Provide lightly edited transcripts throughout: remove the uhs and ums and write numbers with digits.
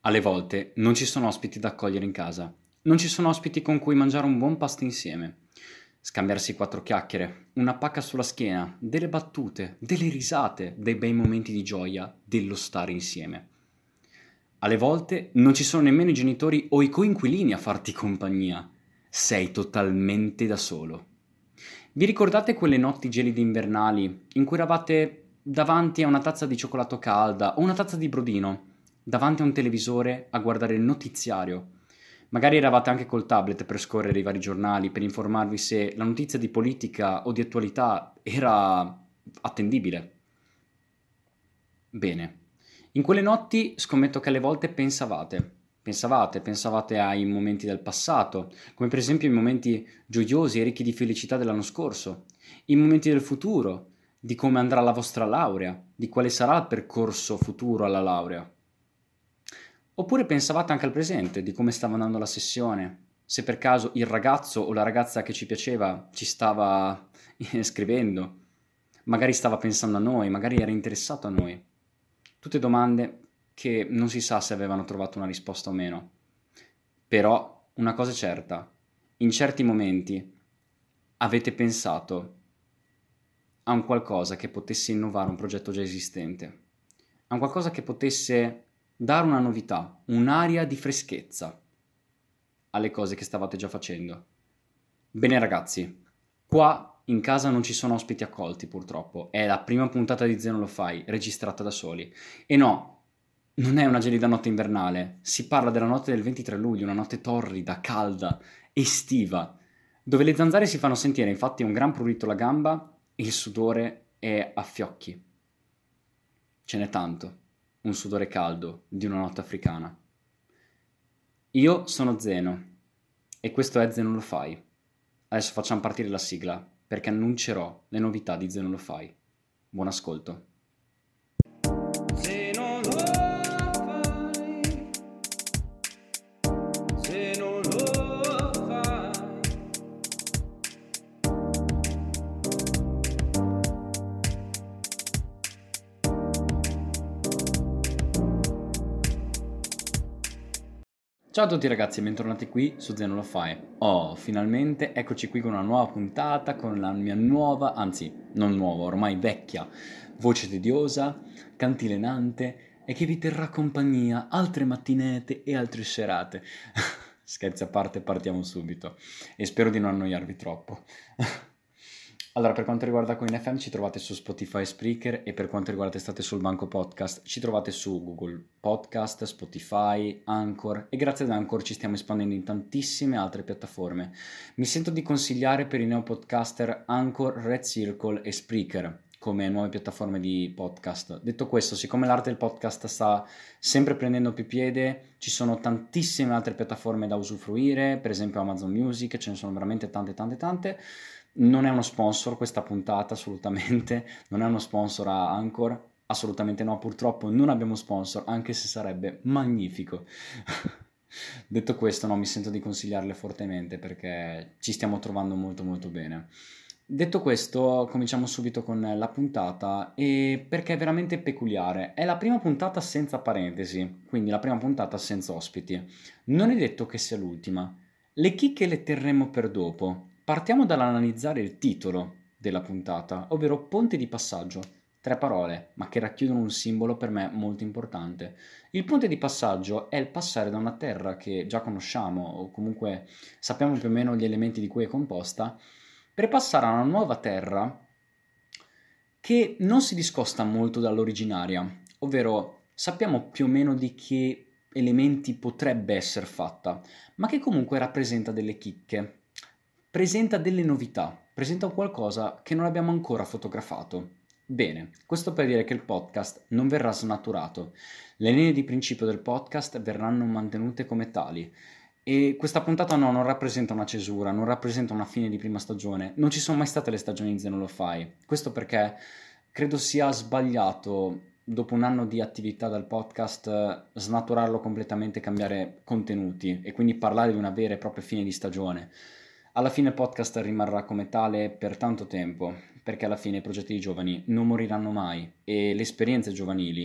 Alle volte non ci sono ospiti da accogliere in casa, non ci sono ospiti con cui mangiare un buon pasto insieme, scambiarsi quattro chiacchiere, una pacca sulla schiena, delle battute, delle risate, dei bei momenti di gioia, dello stare insieme. Alle volte non ci sono nemmeno i genitori o i coinquilini a farti compagnia, sei totalmente da solo. Vi ricordate quelle notti gelide invernali in cui eravate davanti a una tazza di cioccolato calda o una tazza di brodino, davanti a un televisore a guardare il notiziario? Magari eravate anche col tablet per scorrere i vari giornali, per informarvi se la notizia di politica o di attualità era attendibile. Bene, in quelle notti scommetto che alle volte pensavate ai momenti del passato, come per esempio i momenti gioiosi e ricchi di felicità dell'anno scorso, i momenti del futuro, di come andrà la vostra laurea, di quale sarà il percorso futuro alla laurea. Oppure pensavate anche al presente, di come stava andando la sessione, se per caso il ragazzo o la ragazza che ci piaceva ci stava scrivendo, magari stava pensando a noi, magari era interessato a noi. Tutte domande che non si sa se avevano trovato una risposta o meno. Però una cosa è certa, in certi momenti avete pensato a un qualcosa che potesse innovare un progetto già esistente, a un qualcosa che potesse dare una novità, un'aria di freschezza alle cose che stavate già facendo. Bene ragazzi, qua in casa non ci sono ospiti accolti purtroppo, è la prima puntata di Zeno lo fai, registrata da soli. E no, non è una gelida notte invernale, si parla della notte del 23 luglio, una notte torrida, calda, estiva, dove le zanzare si fanno sentire infatti un gran prurito alla gamba e il sudore è a fiocchi. Ce n'è tanto, un sudore caldo di una notte africana. Io sono Zeno e questo è Zeno lo fai. Adesso facciamo partire la sigla perché annuncerò le novità di Zeno lo fai. Buon ascolto. Zeno lo fai. Zeno lo fai. Ciao a tutti ragazzi e bentornati qui su Zeno lo fai. Oh, finalmente eccoci qui con una nuova puntata, con la mia nuova, anzi non nuova, ormai vecchia, voce tediosa, cantilenante e che vi terrà compagnia altre mattinate e altre serate. Scherzi a parte, partiamo subito e spero di non annoiarvi troppo. Allora, per quanto riguarda Coin FM ci trovate su Spotify e Spreaker e per quanto riguarda State sul Banco Podcast ci trovate su Google Podcast, Spotify, Anchor e grazie ad Anchor ci stiamo espandendo in tantissime altre piattaforme. Mi sento di consigliare per i neopodcaster Anchor, Red Circle e Spreaker come nuove piattaforme di podcast. Detto questo, siccome l'arte del podcast sta sempre prendendo più piede, ci sono tantissime altre piattaforme da usufruire, per esempio Amazon Music, ce ne sono veramente tante. Non è uno sponsor questa puntata, assolutamente, non è uno sponsor a Anchor, assolutamente no, purtroppo non abbiamo sponsor, anche se sarebbe magnifico. Detto questo, no, mi sento di consigliarle fortemente perché ci stiamo trovando molto bene. Detto questo, cominciamo subito con la puntata e perché è veramente peculiare. È la prima puntata senza parentesi, quindi la prima puntata senza ospiti. Non è detto che sia l'ultima. Le chicche le terremo per dopo. Partiamo dall'analizzare il titolo della puntata, ovvero Ponte di passaggio. 3 parole, ma che racchiudono un simbolo per me molto importante. Il ponte di passaggio è il passare da una terra che già conosciamo, o comunque sappiamo più o meno gli elementi di cui è composta, per passare a una nuova terra che non si discosta molto dall'originaria, ovvero sappiamo più o meno di che elementi potrebbe essere fatta, ma che comunque rappresenta delle chicche, presenta delle novità, presenta qualcosa che non abbiamo ancora fotografato. Bene, questo per dire che il podcast non verrà snaturato, le linee di principio del podcast verranno mantenute come tali. E questa puntata no, non rappresenta una cesura, non rappresenta una fine di prima stagione. Non ci sono mai state le stagioni di Zeno lo fai. Questo perché credo sia sbagliato, dopo un anno di attività del podcast, snaturarlo completamente e cambiare contenuti e quindi parlare di una vera e propria fine di stagione. Alla fine il podcast rimarrà come tale per tanto tempo, perché alla fine i progetti di giovani non moriranno mai e le esperienze giovanili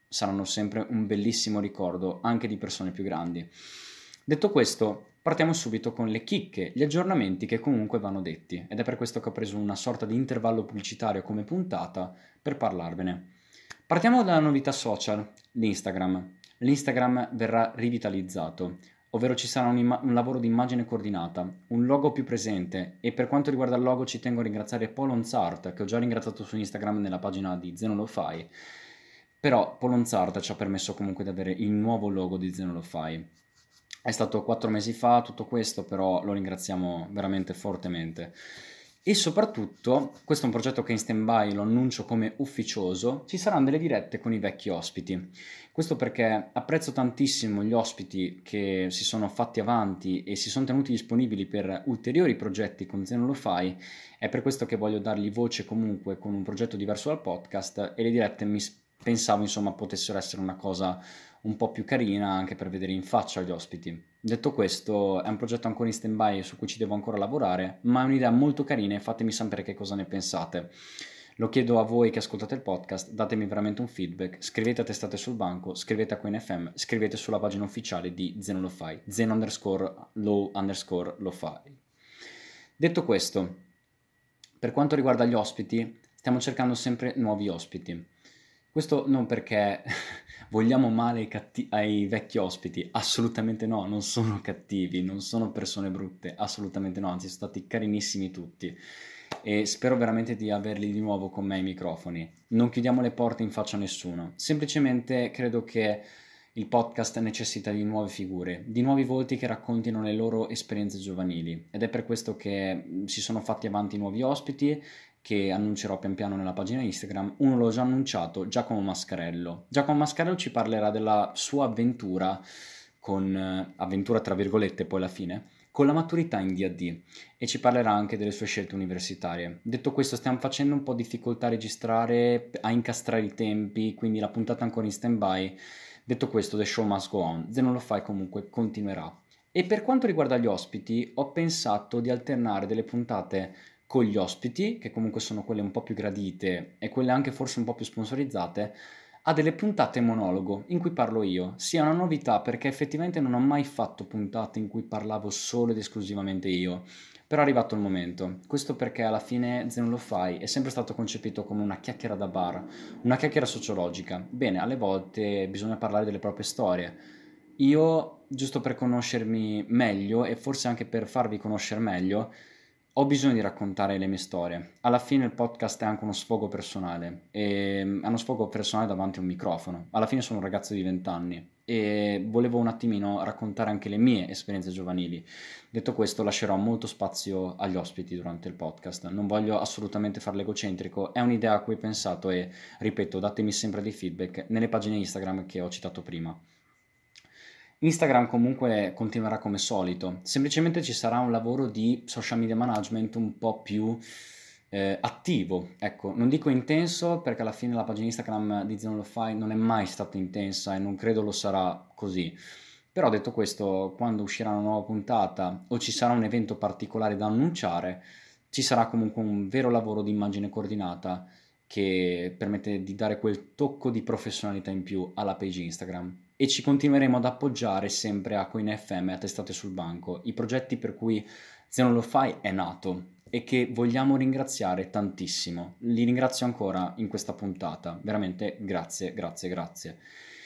saranno sempre un bellissimo ricordo anche di persone più grandi. Detto questo, partiamo subito con le chicche, gli aggiornamenti che comunque vanno detti, ed è per questo che ho preso una sorta di intervallo pubblicitario come puntata per parlarvene. Partiamo dalla novità social, l'Instagram. L'Instagram verrà rivitalizzato, ovvero ci sarà un lavoro di immagine coordinata, un logo più presente, e per quanto riguarda il logo ci tengo a ringraziare Polonzart, che ho già ringraziato su Instagram nella pagina di Zeno Lo Fai, però Polonzart ci ha permesso comunque di avere il nuovo logo di Zeno Lo Fai. È stato 4 mesi fa tutto questo, però lo ringraziamo veramente fortemente. E soprattutto, questo è un progetto che è in stand-by, lo annuncio come ufficioso, ci saranno delle dirette con i vecchi ospiti. Questo perché apprezzo tantissimo gli ospiti che si sono fatti avanti e si sono tenuti disponibili per ulteriori progetti con Zeno Lo Fai, è per questo che voglio dargli voce comunque con un progetto diverso dal podcast, e le dirette pensavo insomma potessero essere una cosa un po' più carina anche per vedere in faccia gli ospiti. Detto questo, è un progetto ancora in stand-by su cui ci devo ancora lavorare, ma è un'idea molto carina e fatemi sapere che cosa ne pensate. Lo chiedo a voi che ascoltate il podcast, datemi veramente un feedback, scrivete a Testate sul Banco, scrivete a QueenFM, scrivete sulla pagina ufficiale di Zeno Lo Fai, Zeno_Lo_Fai. Detto questo, per quanto riguarda gli ospiti, stiamo cercando sempre nuovi ospiti. Questo non perché vogliamo male ai vecchi ospiti, assolutamente no, non sono cattivi, non sono persone brutte, assolutamente no, anzi sono stati carinissimi tutti e spero veramente di averli di nuovo con me ai microfoni. Non chiudiamo le porte in faccia a nessuno, semplicemente credo che il podcast necessita di nuove figure, di nuovi volti che raccontino le loro esperienze giovanili, ed è per questo che si sono fatti avanti nuovi ospiti che annuncerò pian piano nella pagina Instagram. Uno l'ho già annunciato, Giacomo Mascarello. Giacomo Mascarello ci parlerà della sua avventura, avventura tra virgolette poi alla fine, con la maturità in D&D, e ci parlerà anche delle sue scelte universitarie. Detto questo, stiamo facendo un po' difficoltà a registrare, a incastrare i tempi, quindi la puntata è ancora in stand-by. Detto questo, the show must go on. Se non lo fai comunque continuerà. E per quanto riguarda gli ospiti, ho pensato di alternare delle puntate con gli ospiti, che comunque sono quelle un po' più gradite e quelle anche forse un po' più sponsorizzate, a delle puntate monologo in cui parlo io. Sia una novità perché effettivamente non ho mai fatto puntate in cui parlavo solo ed esclusivamente io. Però è arrivato il momento. Questo perché alla fine Se non lo fai è sempre stato concepito come una chiacchiera da bar, una chiacchiera sociologica. Bene, alle volte bisogna parlare delle proprie storie. Io, giusto per conoscermi meglio e forse anche per farvi conoscere meglio, ho bisogno di raccontare le mie storie. Alla fine il podcast è anche uno sfogo personale, e è uno sfogo personale davanti a un microfono. Alla fine sono un ragazzo di 20 anni e volevo un attimino raccontare anche le mie esperienze giovanili. Detto questo, lascerò molto spazio agli ospiti durante il podcast. Non voglio assolutamente farlo egocentrico, è un'idea a cui ho pensato e, ripeto, datemi sempre dei feedback nelle pagine Instagram che ho citato prima. Instagram comunque continuerà come solito, semplicemente ci sarà un lavoro di social media management un po' più attivo, ecco, non dico intenso perché alla fine la pagina Instagram di Zeno Lo Fai non è mai stata intensa e non credo lo sarà così. Però detto questo, quando uscirà una nuova puntata o ci sarà un evento particolare da annunciare, ci sarà comunque un vero lavoro di immagine coordinata che permette di dare quel tocco di professionalità in più alla page Instagram. E ci continueremo ad appoggiare sempre a QueenFM e a Testate sul Banco, i progetti per cui Se non lo fai è nato e che vogliamo ringraziare tantissimo. Li ringrazio ancora in questa puntata, veramente grazie, grazie, grazie.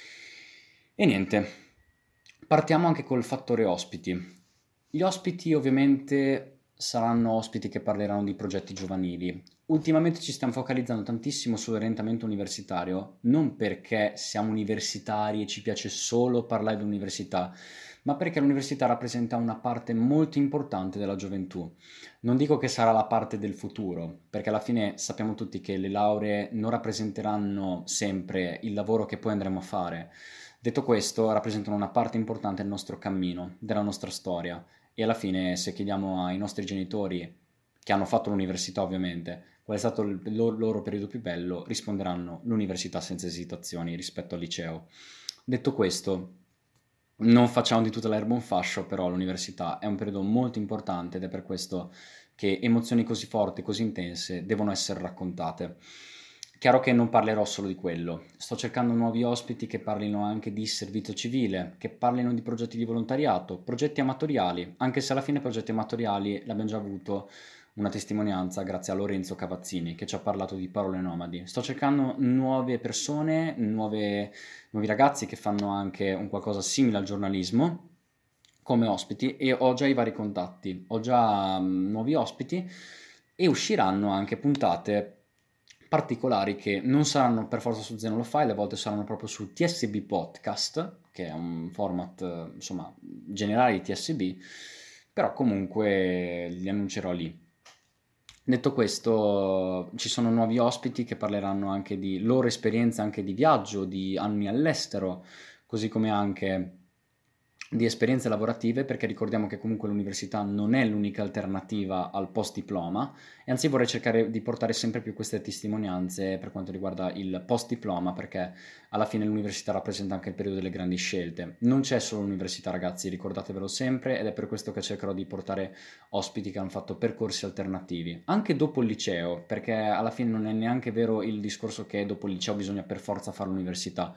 E niente, partiamo anche col fattore ospiti. Gli ospiti ovviamente saranno ospiti che parleranno di progetti giovanili. Ultimamente ci stiamo focalizzando tantissimo sull'orientamento universitario, non perché siamo universitari e ci piace solo parlare dell'università, ma perché l'università rappresenta una parte molto importante della gioventù. Non dico che sarà la parte del futuro, perché alla fine sappiamo tutti che le lauree non rappresenteranno sempre il lavoro che poi andremo a fare. Detto questo, rappresentano una parte importante del nostro cammino, della nostra storia, e alla fine se chiediamo ai nostri genitori, che hanno fatto l'università ovviamente, qual è stato il loro periodo più bello, risponderanno l'università senza esitazioni rispetto al liceo. Detto questo, non facciamo di tutta l'erba un fascio, però l'università è un periodo molto importante ed è per questo che emozioni così forti, così intense devono essere raccontate. Chiaro che non parlerò solo di quello, sto cercando nuovi ospiti che parlino anche di servizio civile, che parlino di progetti di volontariato, progetti amatoriali, anche se alla fine progetti amatoriali l'abbiamo già avuto una testimonianza grazie a Lorenzo Cavazzini che ci ha parlato di Parole Nomadi. Sto cercando nuove persone, nuovi ragazzi che fanno anche un qualcosa simile al giornalismo come ospiti e ho già i vari contatti, ho già nuovi ospiti e usciranno anche puntate particolari che non saranno per forza su Zeno Lo File, a volte saranno proprio su TSB Podcast, che è un format insomma generale di TSB, però comunque li annuncerò lì. Detto questo, ci sono nuovi ospiti che parleranno anche di loro esperienze anche di viaggio, di anni all'estero, così come anche di esperienze lavorative, perché ricordiamo che comunque l'università non è l'unica alternativa al post diploma, e anzi vorrei cercare di portare sempre più queste testimonianze per quanto riguarda il post diploma, perché alla fine l'università rappresenta anche il periodo delle grandi scelte. Non c'è solo l'università, ragazzi, ricordatevelo sempre, ed è per questo che cercherò di portare ospiti che hanno fatto percorsi alternativi, anche dopo il liceo, perché alla fine non è neanche vero il discorso che dopo il liceo bisogna per forza fare l'università.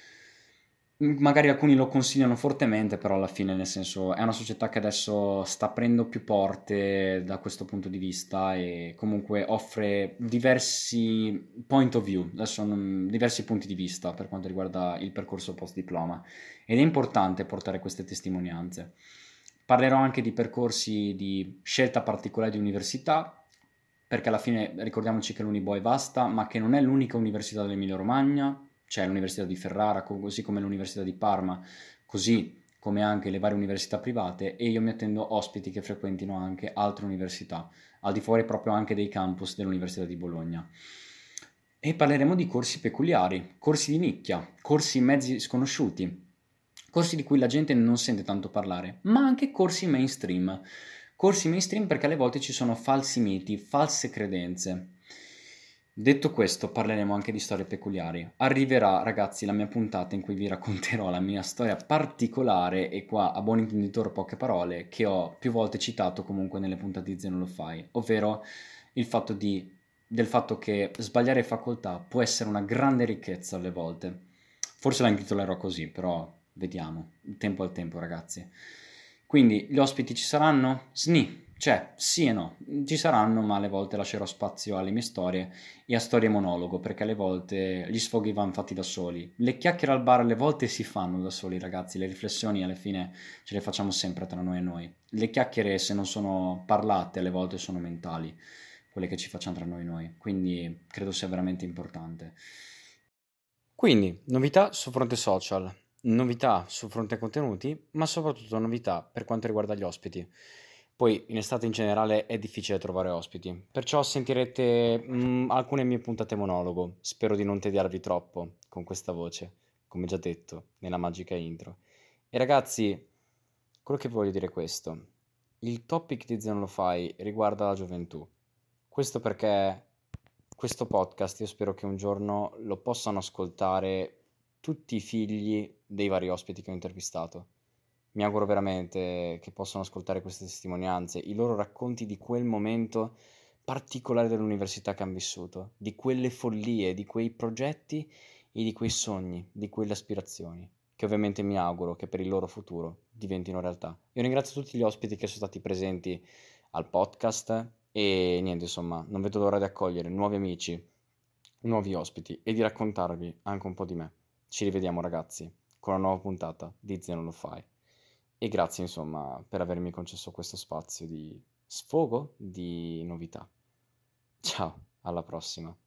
Magari alcuni lo consigliano fortemente, però alla fine, nel senso, è una società che adesso sta aprendo più porte da questo punto di vista e comunque offre diversi point of view, adesso diversi punti di vista per quanto riguarda il percorso post diploma ed è importante portare queste testimonianze. Parlerò anche di percorsi di scelta particolare di università, perché alla fine ricordiamoci che l'Unibo è vasta, ma che non è l'unica università dell'Emilia Romagna, c'è l'Università di Ferrara, così come l'Università di Parma, così come anche le varie università private, e io mi attendo ospiti che frequentino anche altre università, al di fuori proprio anche dei campus dell'Università di Bologna. E parleremo di corsi peculiari, corsi di nicchia, corsi in mezzi sconosciuti, corsi di cui la gente non sente tanto parlare, ma anche corsi mainstream. Corsi mainstream perché alle volte ci sono falsi miti, false credenze. Detto questo, parleremo anche di storie peculiari. Arriverà, ragazzi, la mia puntata in cui vi racconterò la mia storia particolare e qua, a buon intenditore, poche parole, che ho più volte citato comunque nelle puntate di Zeno Lo Fai, ovvero del fatto che sbagliare facoltà può essere una grande ricchezza alle volte. Forse la intitolerò così, però vediamo, il tempo al tempo, ragazzi. Quindi gli ospiti ci saranno? Sni, cioè sì e no, ci saranno, ma alle volte lascerò spazio alle mie storie e a storie monologo, perché alle volte gli sfoghi vanno fatti da soli. Le chiacchiere al bar alle volte si fanno da soli, ragazzi, le riflessioni alla fine ce le facciamo sempre tra noi e noi. Le chiacchiere, se non sono parlate, alle volte sono mentali, quelle che ci facciamo tra noi e noi, quindi credo sia veramente importante. Quindi, novità su fronte social, novità su fronte contenuti, ma soprattutto novità per quanto riguarda gli ospiti. Poi in estate in generale è difficile trovare ospiti, perciò sentirete alcune mie puntate monologo. Spero di non tediarvi troppo con questa voce, come già detto nella magica intro. E ragazzi, quello che voglio dire è questo. Il topic di Zeno Lo Fai riguarda la gioventù. Questo perché questo podcast io spero che un giorno lo possano ascoltare tutti i figli dei vari ospiti che ho intervistato. Mi auguro veramente che possano ascoltare queste testimonianze, i loro racconti di quel momento particolare dell'università che hanno vissuto, di quelle follie, di quei progetti e di quei sogni, di quelle aspirazioni, che ovviamente mi auguro che per il loro futuro diventino realtà. Io ringrazio tutti gli ospiti che sono stati presenti al podcast e niente, insomma, non vedo l'ora di accogliere nuovi amici, nuovi ospiti e di raccontarvi anche un po' di me. Ci rivediamo ragazzi con una nuova puntata di Zeno Lo Fai. E grazie insomma per avermi concesso questo spazio di sfogo, di novità. Ciao, alla prossima.